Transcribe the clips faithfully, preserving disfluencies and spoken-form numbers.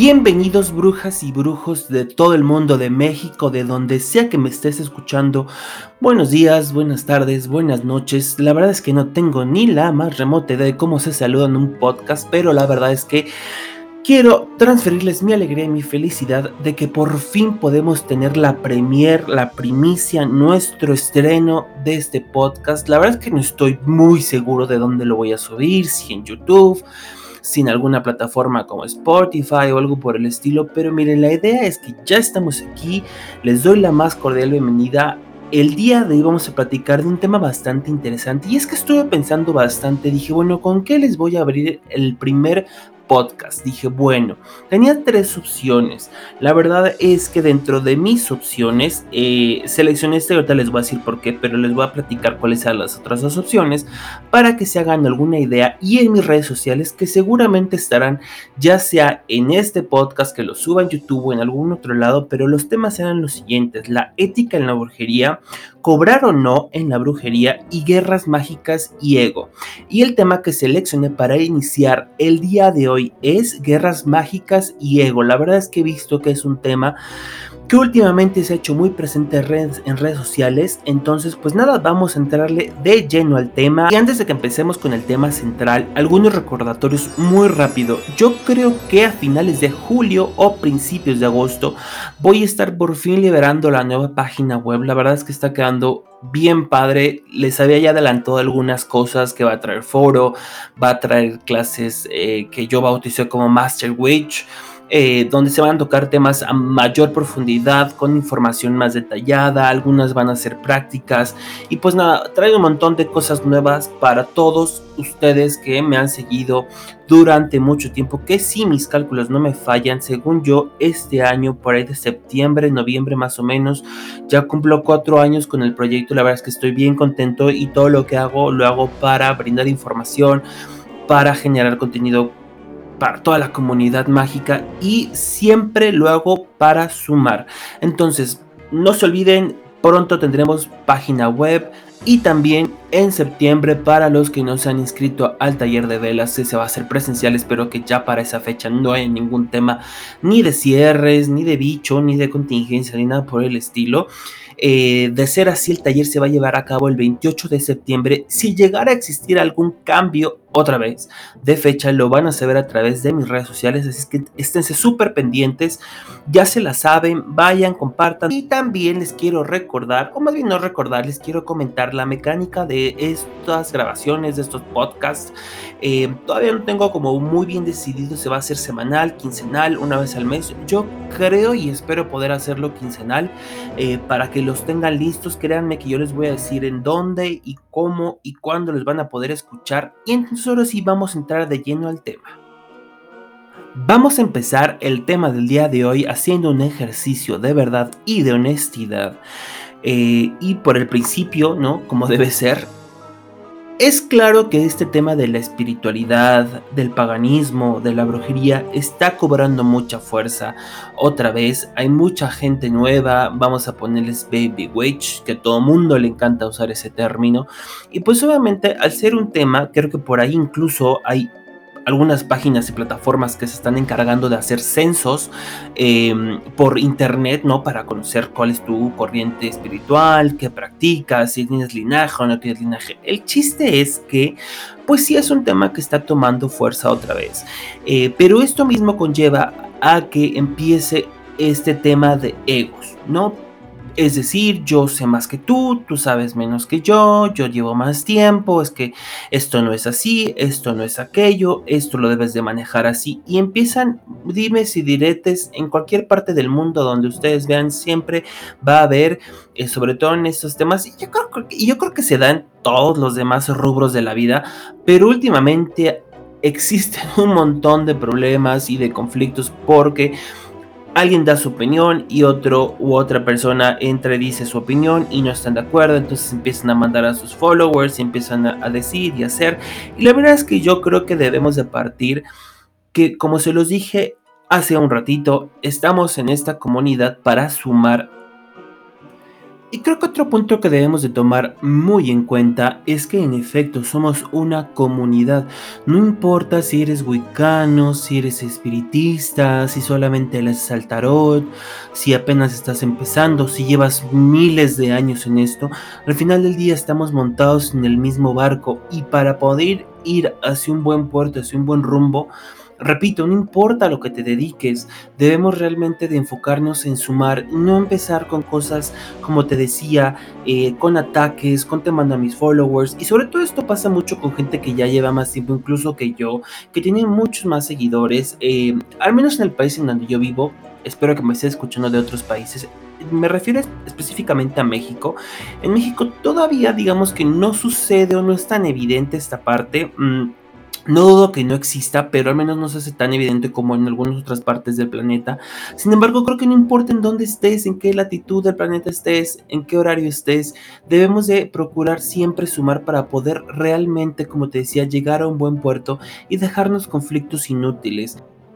Bienvenidos brujas y brujos de todo el mundo, de México, de donde sea que me estés escuchando. Buenos días, buenas tardes, buenas noches. La verdad es que no tengo ni la más remota idea de cómo se saluda en un podcast, pero la verdad es que quiero transferirles mi alegría y mi felicidad de que por fin podemos tener la premier, la primicia, nuestro estreno de este podcast. La verdad es que no estoy muy seguro de dónde lo voy a subir, si en YouTube, sin alguna plataforma como Spotify o algo por el estilo, pero miren, la idea es que ya estamos aquí. Les doy la más cordial bienvenida. El día de hoy vamos a platicar de un tema bastante interesante, y es que estuve pensando bastante. Dije, bueno, ¿con qué les voy a abrir el primer podcast? Dije, bueno, tenía tres opciones. La verdad es que dentro de mis opciones eh, seleccioné este, ahorita les voy a decir por qué, pero les voy a platicar cuáles eran las otras dos opciones para que se hagan alguna idea, y en mis redes sociales que seguramente estarán ya sea en este podcast que lo suba en YouTube o en algún otro lado. Pero los temas eran los siguientes: la ética en la brujería, cobrar o no en la brujería, y guerras mágicas y ego. Y el tema que seleccioné para iniciar el día de hoy es guerras mágicas y ego. La verdad es que he visto que es un tema que últimamente se ha hecho muy presente en redes, en redes sociales. Entonces pues nada, vamos a entrarle de lleno al tema. Y antes de que empecemos con el tema central, algunos recordatorios muy rápido. Yo creo que a finales de julio o principios de agosto voy a estar por fin liberando la nueva página web. La verdad es que está quedando bien padre. Les había ya adelantado algunas cosas que va a traer foro, va a traer clases eh, que yo bauticé como Master Witch, Eh, donde se van a tocar temas a mayor profundidad, con información más detallada. Algunas van a ser prácticas, y pues nada, trae un montón de cosas nuevas para todos ustedes que me han seguido durante mucho tiempo, que si mis cálculos no me fallan, según yo, este año por ahí de septiembre, noviembre más o menos, ya cumplo cuatro años con el proyecto. La verdad es que estoy bien contento, y todo lo que hago lo hago para brindar información, para generar contenido para toda la comunidad mágica, y siempre lo hago para sumar. Entonces no se olviden, pronto tendremos página web, y también en septiembre, para los que no se han inscrito al taller de velas, se va a hacer presencial. Espero que ya para esa fecha no haya ningún tema ni de cierres, ni de bicho, ni de contingencia, ni nada por el estilo. Eh, de ser así, el taller se va a llevar a cabo el veintiocho de septiembre. Si llegara a existir algún cambio otra vez de fecha, lo van a saber a través de mis redes sociales, así es que esténse súper pendientes. Ya se la saben, vayan, compartan. Y también les quiero recordar, o más bien no recordar, les quiero comentar la mecánica de estas grabaciones, de estos podcasts. Eh, todavía no tengo como muy bien decidido si va a ser semanal, quincenal, una vez al mes. Yo creo y espero poder hacerlo quincenal, eh, para que los tengan listos. Créanme que yo les voy a decir en dónde y cómo y cuándo les van a poder escuchar. Y entonces ahora sí vamos a entrar de lleno al tema. Vamos a empezar el tema del día de hoy haciendo un ejercicio de verdad y de honestidad, eh, y por el principio, ¿no? Como debe ser. Es claro que este tema de la espiritualidad, del paganismo, de la brujería está cobrando mucha fuerza. Otra vez hay mucha gente nueva, vamos a ponerles baby witch, que a todo mundo le encanta usar ese término. Y pues obviamente, al ser un tema, creo que por ahí incluso hay algunas páginas y plataformas que se están encargando de hacer censos eh, por internet, ¿no? Para conocer cuál es tu corriente espiritual, qué practicas, si tienes linaje o no tienes linaje. El chiste es que, pues sí, es un tema que está tomando fuerza otra vez. Eh, pero esto mismo conlleva a que empiece este tema de egos, ¿no? Es decir, yo sé más que tú, tú sabes menos que yo, yo llevo más tiempo, es que esto no es así, esto no es aquello, esto lo debes de manejar así. Y empiezan dimes y diretes en cualquier parte del mundo donde ustedes vean. Siempre va a haber, eh, sobre todo en estos temas, y yo, creo, y yo creo que se da en todos los demás rubros de la vida, pero últimamente existen un montón de problemas y de conflictos porque alguien da su opinión y otro u otra persona entra y dice su opinión y no están de acuerdo. Entonces empiezan a mandar a sus followers y empiezan a, a decir y hacer. Y la verdad es que yo creo que debemos de partir que, como se los dije hace un ratito, estamos en esta comunidad para sumar. Y creo que otro punto que debemos de tomar muy en cuenta es que en efecto somos una comunidad. No importa si eres wicano, si eres espiritista, si solamente le haces al tarot, si apenas estás empezando, si llevas miles de años en esto, al final del día estamos montados en el mismo barco y para poder ir hacia un buen puerto, hacia un buen rumbo, repito, no importa lo que te dediques, debemos realmente de enfocarnos en sumar y no empezar con cosas, como te decía, eh, con ataques, con te mando a mis followers, y sobre todo esto pasa mucho con gente que ya lleva más tiempo incluso que yo, que tiene muchos más seguidores, eh, al menos en el país en donde yo vivo. Espero que me estés escuchando de otros países. Me refiero específicamente a México. En México todavía digamos que no sucede o no es tan evidente esta parte. Mm, no dudo que no exista, pero al menos no se hace tan evidente como en algunas otras partes del planeta. Sin embargo, creo que no importa en dónde estés, en qué latitud del planeta estés, en qué horario estés, debemos de procurar siempre sumar para poder realmente, como te decía, llegar a un buen puerto y dejarnos conflictos inútiles.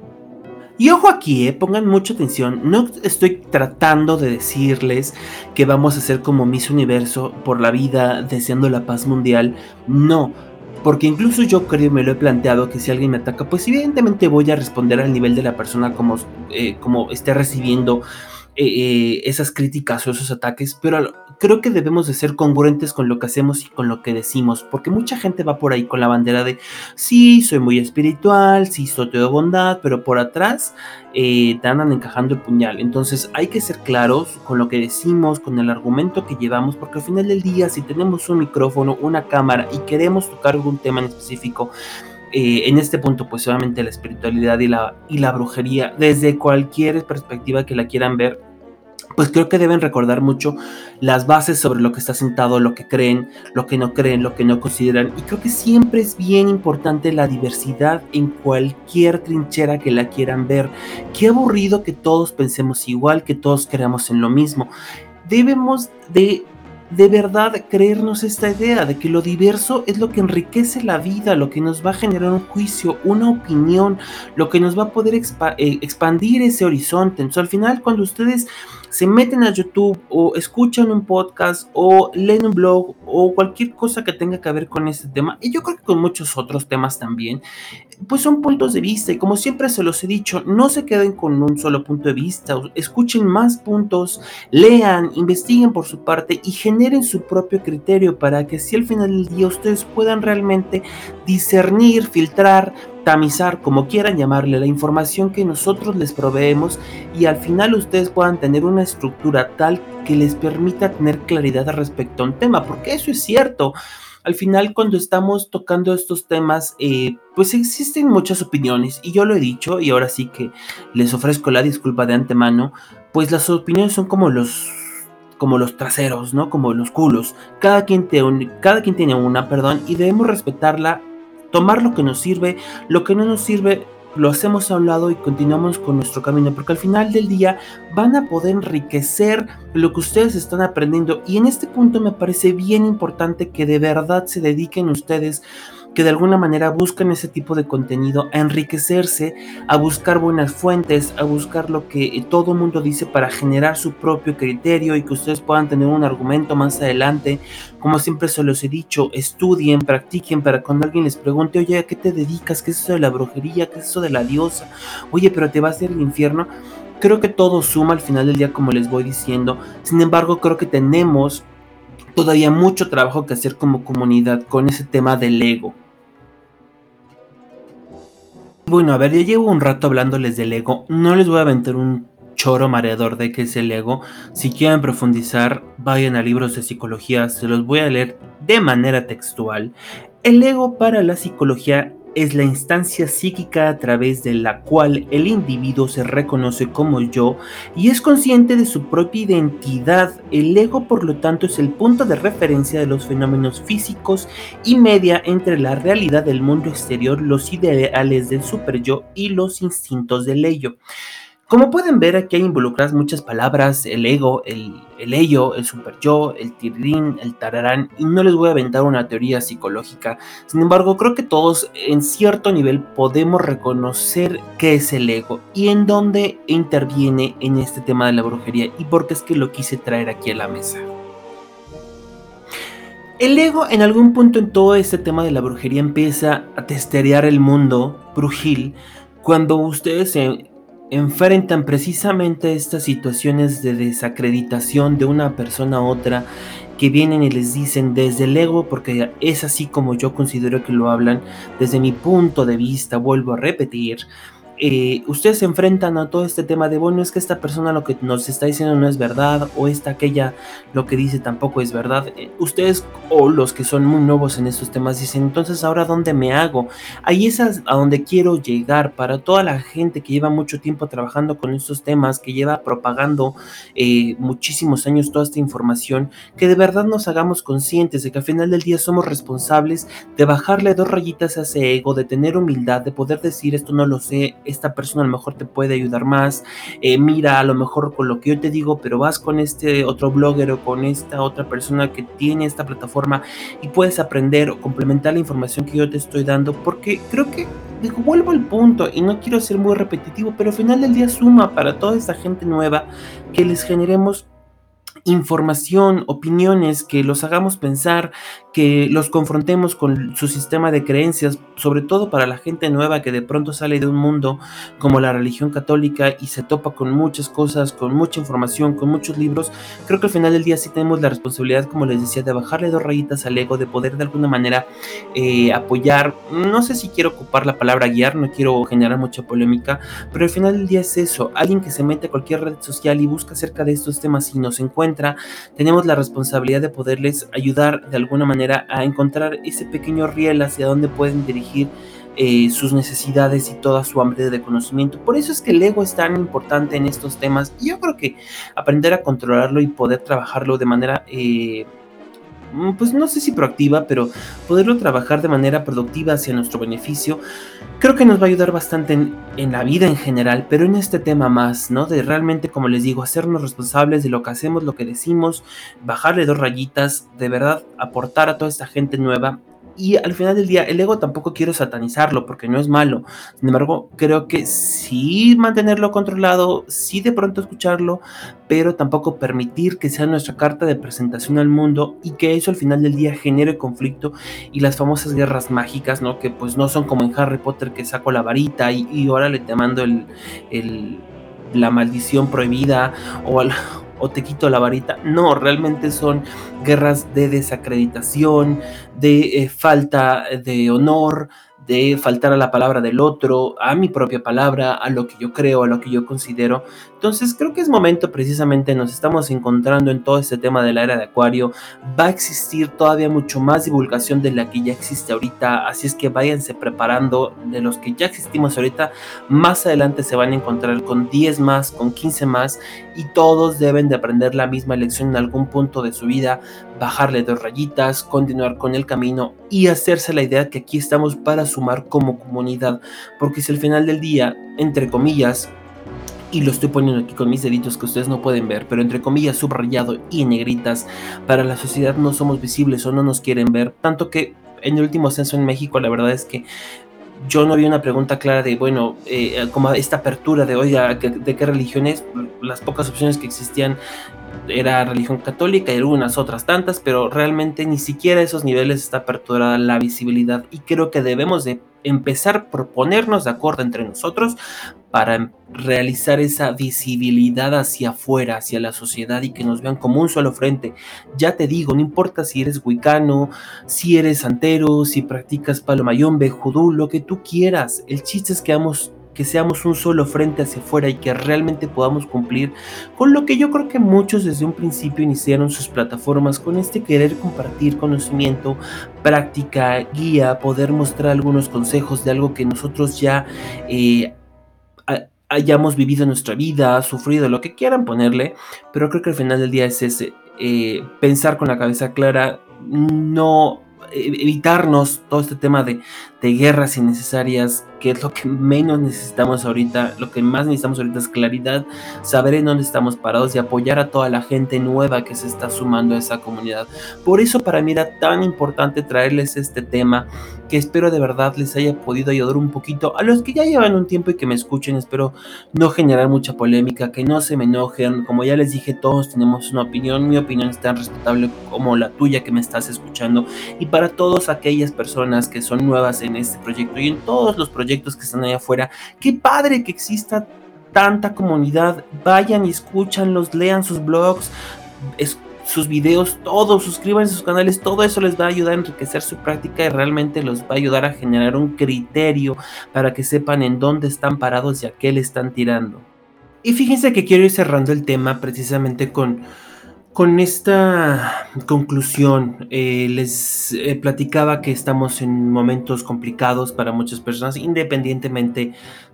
Y ojo aquí, eh, pongan mucha atención, no estoy tratando de decirles que vamos a ser como Miss Universo por la vida deseando la paz mundial, no, porque incluso yo creo, me lo he planteado, que si alguien me ataca, pues evidentemente voy a responder al nivel de la persona como, eh, como esté recibiendo eh, eh, esas críticas o esos ataques, pero creo que debemos de ser congruentes con lo que hacemos y con lo que decimos, porque mucha gente va por ahí con la bandera de sí, soy muy espiritual, sí, soy todo bondad, pero por atrás eh, te andan encajando el puñal. Entonces hay que ser claros con lo que decimos, con el argumento que llevamos, porque al final del día, si tenemos un micrófono, una cámara y queremos tocar algún tema en específico, eh, en este punto, pues obviamente la espiritualidad y la, y la brujería, desde cualquier perspectiva que la quieran ver, pues creo que deben recordar mucho las bases sobre lo que está sentado, lo que creen, lo que no creen, lo que no consideran. Y creo que siempre es bien importante la diversidad en cualquier trinchera que la quieran ver. Qué aburrido que todos pensemos igual, que todos creamos en lo mismo. Debemos de de verdad creernos esta idea de que lo diverso es lo que enriquece la vida, lo que nos va a generar un juicio, una opinión, lo que nos va a poder expa eh, expandir ese horizonte. Entonces, al final, cuando ustedes se meten a YouTube o escuchan un podcast o leen un blog o cualquier cosa que tenga que ver con este tema, y yo creo que con muchos otros temas también, pues son puntos de vista y como siempre se los he dicho, no se queden con un solo punto de vista, escuchen más puntos, lean, investiguen por su parte y generen su propio criterio para que así al final del día ustedes puedan realmente discernir, filtrar, tamizar, como quieran llamarle, la información que nosotros les proveemos y al final ustedes puedan tener una estructura tal que les permita tener claridad respecto a un tema, porque eso es cierto. Al final, cuando estamos tocando estos temas, eh, pues existen muchas opiniones y yo lo he dicho y ahora sí que les ofrezco la disculpa de antemano, pues las opiniones son como los como los traseros, ¿no? Como los culos. Cada quien, te un, cada quien tiene una, perdón, y debemos respetarla, tomar lo que nos sirve, lo que no nos sirve lo hacemos a un lado y continuamos con nuestro camino, porque al final del día van a poder enriquecer lo que ustedes están aprendiendo y en este punto me parece bien importante que de verdad se dediquen ustedes, que de alguna manera buscan ese tipo de contenido, a enriquecerse, a buscar buenas fuentes, a buscar lo que todo el mundo dice para generar su propio criterio y que ustedes puedan tener un argumento más adelante. Como siempre se los he dicho, estudien, practiquen para cuando alguien les pregunte, oye, ¿a qué te dedicas? ¿Qué es eso de la brujería? ¿Qué es eso de la diosa? Oye, pero te vas a ir al infierno. Creo que todo suma al final del día, como les voy diciendo. Sin embargo, creo que tenemos todavía mucho trabajo que hacer como comunidad con ese tema del ego. Bueno, a ver, ya llevo un rato hablándoles del ego. No les voy a aventar un choro mareador de qué es el ego. Si quieren profundizar, vayan a libros de psicología, se los voy a leer de manera textual. El ego para la psicología es la instancia psíquica a través de la cual el individuo se reconoce como yo y es consciente de su propia identidad. El ego, por lo tanto, es el punto de referencia de los fenómenos físicos y media entre la realidad del mundo exterior, los ideales del superyo y los instintos del ello. Como pueden ver, aquí hay involucradas muchas palabras, el ego, el, el ello, el superyo, el tirirín, el tararán, y no les voy a aventar una teoría psicológica. Sin embargo, creo que todos en cierto nivel podemos reconocer qué es el ego y en dónde interviene en este tema de la brujería y por qué es que lo quise traer aquí a la mesa. El ego en algún punto en todo este tema de la brujería empieza a testerear el mundo brujil cuando ustedes se enfrentan precisamente a estas situaciones de desacreditación de una persona a otra que vienen y les dicen desde el ego, porque es así como yo considero que lo hablan, desde mi punto de vista, vuelvo a repetir, eh, ustedes se enfrentan a todo este tema de, bueno, es que esta persona lo que nos está diciendo no es verdad, o esta, aquella, lo que dice tampoco es verdad. Eh, ustedes o los que son muy nuevos en estos temas dicen, entonces ahora ¿dónde me hago? Ahí es a, a donde quiero llegar para toda la gente que lleva mucho tiempo trabajando con estos temas, que lleva propagando eh, muchísimos años toda esta información, que de verdad nos hagamos conscientes de que al final del día somos responsables de bajarle dos rayitas a ese ego, de tener humildad, de poder decir esto no lo sé, esta persona a lo mejor te puede ayudar más, eh, mira a lo mejor con lo que yo te digo, pero vas con este otro blogger o con esta otra persona que tiene esta plataforma y puedes aprender o complementar la información que yo te estoy dando, porque creo que digo, vuelvo al punto y no quiero ser muy repetitivo, pero al final del día suma para toda esta gente nueva que les generemos información, opiniones, que los hagamos pensar, que los confrontemos con su sistema de creencias, sobre todo para la gente nueva que de pronto sale de un mundo como la religión católica y se topa con muchas cosas, con mucha información, con muchos libros. Creo que al final del día sí tenemos la responsabilidad, como les decía, de bajarle dos rayitas al ego, de poder de alguna manera eh, apoyar, no sé si quiero ocupar la palabra guiar, no quiero generar mucha polémica, pero al final del día es eso, alguien que se mete a cualquier red social y busca acerca de estos temas y nos encuentra, tenemos la responsabilidad de poderles ayudar de alguna manera a encontrar ese pequeño riel hacia donde pueden dirigir eh, sus necesidades y toda su hambre de conocimiento. Por eso es que el ego es tan importante en estos temas y yo creo que aprender a controlarlo y poder trabajarlo de manera eh, pues no sé si proactiva, pero poderlo trabajar de manera productiva hacia nuestro beneficio, creo que nos va a ayudar bastante en, en la vida en general, pero en este tema más, ¿no? De realmente, como les digo, hacernos responsables de lo que hacemos, lo que decimos, bajarle dos rayitas, de verdad, aportar a toda esta gente nueva. Y al final del día, el ego tampoco quiero satanizarlo porque no es malo. Sin embargo, creo que sí mantenerlo controlado, sí de pronto escucharlo, pero tampoco permitir que sea nuestra carta de presentación al mundo y que eso al final del día genere conflicto y las famosas guerras mágicas, ¿no? Que pues no son como en Harry Potter que saco la varita y, y órale te mando el, el, la maldición prohibida o, al, o te quito la varita. No, realmente son guerras de desacreditación, de eh, falta de honor, de faltar a la palabra del otro, a mi propia palabra, a lo que yo creo, a lo que yo considero. Entonces creo que es momento, precisamente nos estamos encontrando en todo este tema de la era de Acuario, va a existir todavía mucho más divulgación de la que ya existe ahorita, así es que váyanse preparando de los que ya existimos ahorita, más adelante se van a encontrar con diez más, con quince más y todos deben de aprender la misma lección en algún punto de su vida, bajarle dos rayitas, continuar con el camino y hacerse la idea que aquí estamos para sumar como comunidad, porque si al final del día, entre comillas, y lo estoy poniendo aquí con mis deditos que ustedes no pueden ver, pero entre comillas subrayado y en negritas, para la sociedad no somos visibles o no nos quieren ver, tanto que en el último censo en México la verdad es que yo no vi una pregunta clara de, bueno, eh, como esta apertura de, oiga, ¿de qué religión es? Las pocas opciones que existían era religión católica y algunas otras tantas, pero realmente ni siquiera a esos niveles está aperturada la visibilidad y creo que debemos de empezar por ponernos de acuerdo entre nosotros para realizar esa visibilidad hacia afuera, hacia la sociedad y que nos vean como un solo frente. Ya te digo, no importa si eres wicano, si eres santero, si practicas palo mayombe, judú, lo que tú quieras. El chiste es que hagamos que seamos un solo frente hacia afuera y que realmente podamos cumplir con lo que yo creo que muchos desde un principio iniciaron sus plataformas, con este querer compartir conocimiento, práctica, guía, poder mostrar algunos consejos de algo que nosotros ya eh, hayamos vivido en nuestra vida, sufrido, lo que quieran ponerle, pero creo que al final del día es ese, eh, pensar con la cabeza clara, no evitarnos todo este tema de, de guerras innecesarias, que es lo que menos necesitamos ahorita. Lo que más necesitamos ahorita es claridad, saber en dónde estamos parados y apoyar a toda la gente nueva que se está sumando a esa comunidad. Por eso para mí era tan importante traerles este tema, que espero de verdad les haya podido ayudar un poquito. A los que ya llevan un tiempo y que me escuchen, espero no generar mucha polémica, que no se me enojen. Como ya les dije, todos tenemos una opinión, mi opinión es tan respetable como la tuya que me estás escuchando. Y para todas aquellas personas que son nuevas en este proyecto y en todos los proyectos que están allá afuera, qué padre que exista tanta comunidad. Vayan y escúchanlos, lean sus blogs, es, sus videos, todo, suscríbanse a sus canales, todo eso les va a ayudar a enriquecer su práctica y realmente los va a ayudar a generar un criterio para que sepan en dónde están parados y a qué le están tirando. Y fíjense que quiero ir cerrando el tema precisamente con Con esta conclusión. Eh, les eh, platicaba que estamos en momentos complicados para muchas personas, independientemente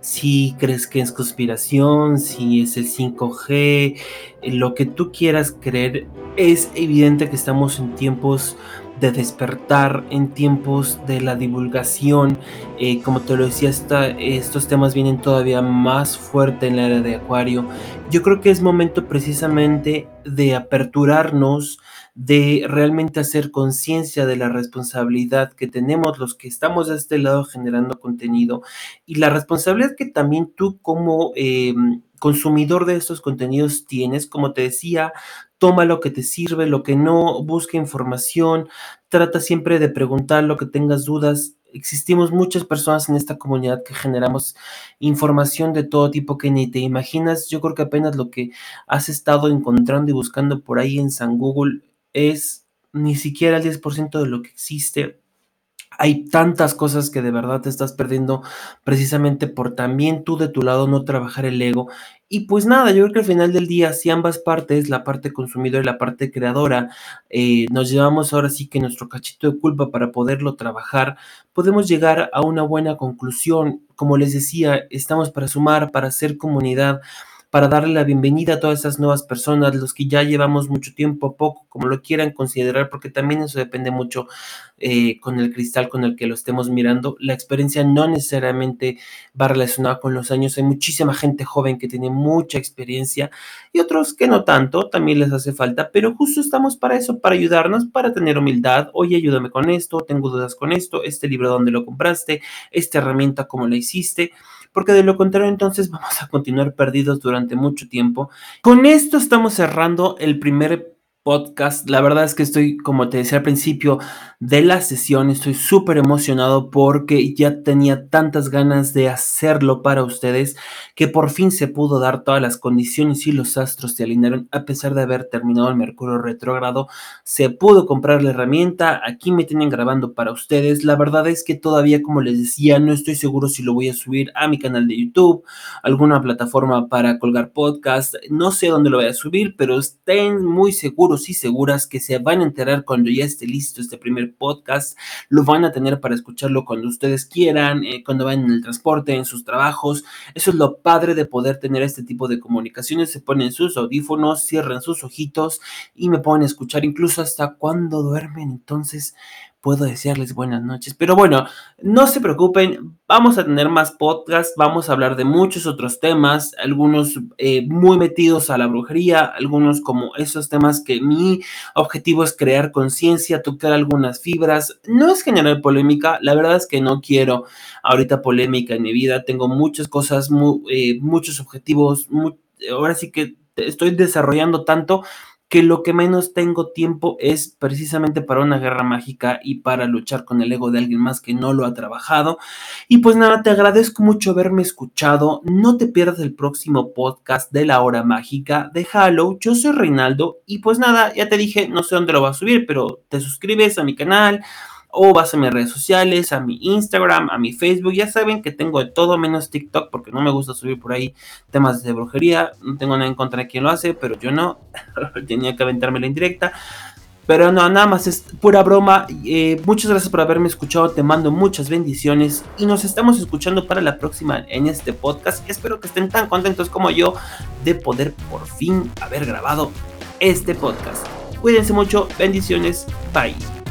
si crees que es conspiración, si es el cinco G, eh, lo que tú quieras creer. Es evidente que estamos en tiempos de despertar, en tiempos de la divulgación. Eh, como te lo decía, esta, estos temas vienen todavía más fuerte en la era de Acuario. Yo creo que es momento precisamente de aperturarnos, de realmente hacer conciencia de la responsabilidad que tenemos los que estamos de este lado generando contenido y la responsabilidad que también tú como eh, consumidor de estos contenidos tienes. Como te decía, toma lo que te sirve, lo que no, busca información, trata siempre de preguntar lo que tengas dudas. Existimos muchas personas en esta comunidad que generamos información de todo tipo que ni te imaginas. Yo creo que apenas lo que has estado encontrando y buscando por ahí en San Google es ni siquiera el diez por ciento de lo que existe. Hay tantas cosas que de verdad te estás perdiendo precisamente por también tú de tu lado no trabajar el ego. Y pues nada, yo creo que al final del día, si ambas partes, la parte consumidora y la parte creadora, eh, nos llevamos ahora sí que nuestro cachito de culpa para poderlo trabajar, podemos llegar a una buena conclusión. Como les decía, estamos para sumar, para hacer comunidad, para darle la bienvenida a todas esas nuevas personas, los que ya llevamos mucho tiempo, poco, como lo quieran considerar, porque también eso depende mucho eh, con el cristal con el que lo estemos mirando. La experiencia no necesariamente va relacionada con los años. Hay muchísima gente joven que tiene mucha experiencia y otros que no tanto, también les hace falta, pero justo estamos para eso, para ayudarnos, para tener humildad. Oye, ayúdame con esto, tengo dudas con esto, este libro dónde lo compraste, esta herramienta cómo la hiciste, porque de lo contrario entonces vamos a continuar perdidos durante mucho tiempo. Con esto estamos cerrando el primer podcast. La verdad es que estoy, como te decía al principio de la sesión, estoy súper emocionado porque ya tenía tantas ganas de hacerlo para ustedes que por fin se pudo dar. Todas las condiciones y los astros se alinearon. A pesar de haber terminado el Mercurio retrógrado, se pudo comprar la herramienta. Aquí me tienen grabando para ustedes. La verdad es que todavía, como les decía, no estoy seguro si lo voy a subir a mi canal de YouTube, alguna plataforma para colgar podcast. No sé dónde lo voy a subir, pero estén muy seguros y seguras que se van a enterar cuando ya esté listo este primer podcast. Lo van a tener para escucharlo cuando ustedes quieran, eh, cuando vayan en el transporte, en sus trabajos. Eso es lo padre de poder tener este tipo de comunicaciones. Se ponen sus audífonos, cierran sus ojitos y me pueden escuchar incluso hasta cuando duermen. Entonces puedo desearles buenas noches. Pero bueno, no se preocupen, vamos a tener más podcasts, vamos a hablar de muchos otros temas, algunos eh, muy metidos a la brujería, algunos como esos temas que mi objetivo es crear conciencia, tocar algunas fibras. No es generar polémica, la verdad es que no quiero ahorita polémica en mi vida. Tengo muchas cosas, muy, eh, muchos objetivos, muy, ahora sí que estoy desarrollando tanto que lo que menos tengo tiempo es precisamente para una guerra mágica y para luchar con el ego de alguien más que no lo ha trabajado. Y pues nada, te agradezco mucho haberme escuchado. No te pierdas el próximo podcast de la hora mágica de Halo. Yo soy Reinaldo y pues nada, ya te dije, no sé dónde lo va a subir, pero te suscribes a mi canal o vas a mis redes sociales, a mi Instagram, a mi Facebook. Ya saben que tengo de todo menos TikTok porque no me gusta subir por ahí temas de brujería. No tengo nada en contra de quien lo hace, pero yo no. Tenía que aventarme la indirecta. Pero no, nada más es pura broma. Eh, muchas gracias por haberme escuchado. Te mando muchas bendiciones y nos estamos escuchando para la próxima en este podcast. Espero que estén tan contentos como yo de poder por fin haber grabado este podcast. Cuídense mucho. Bendiciones. Bye.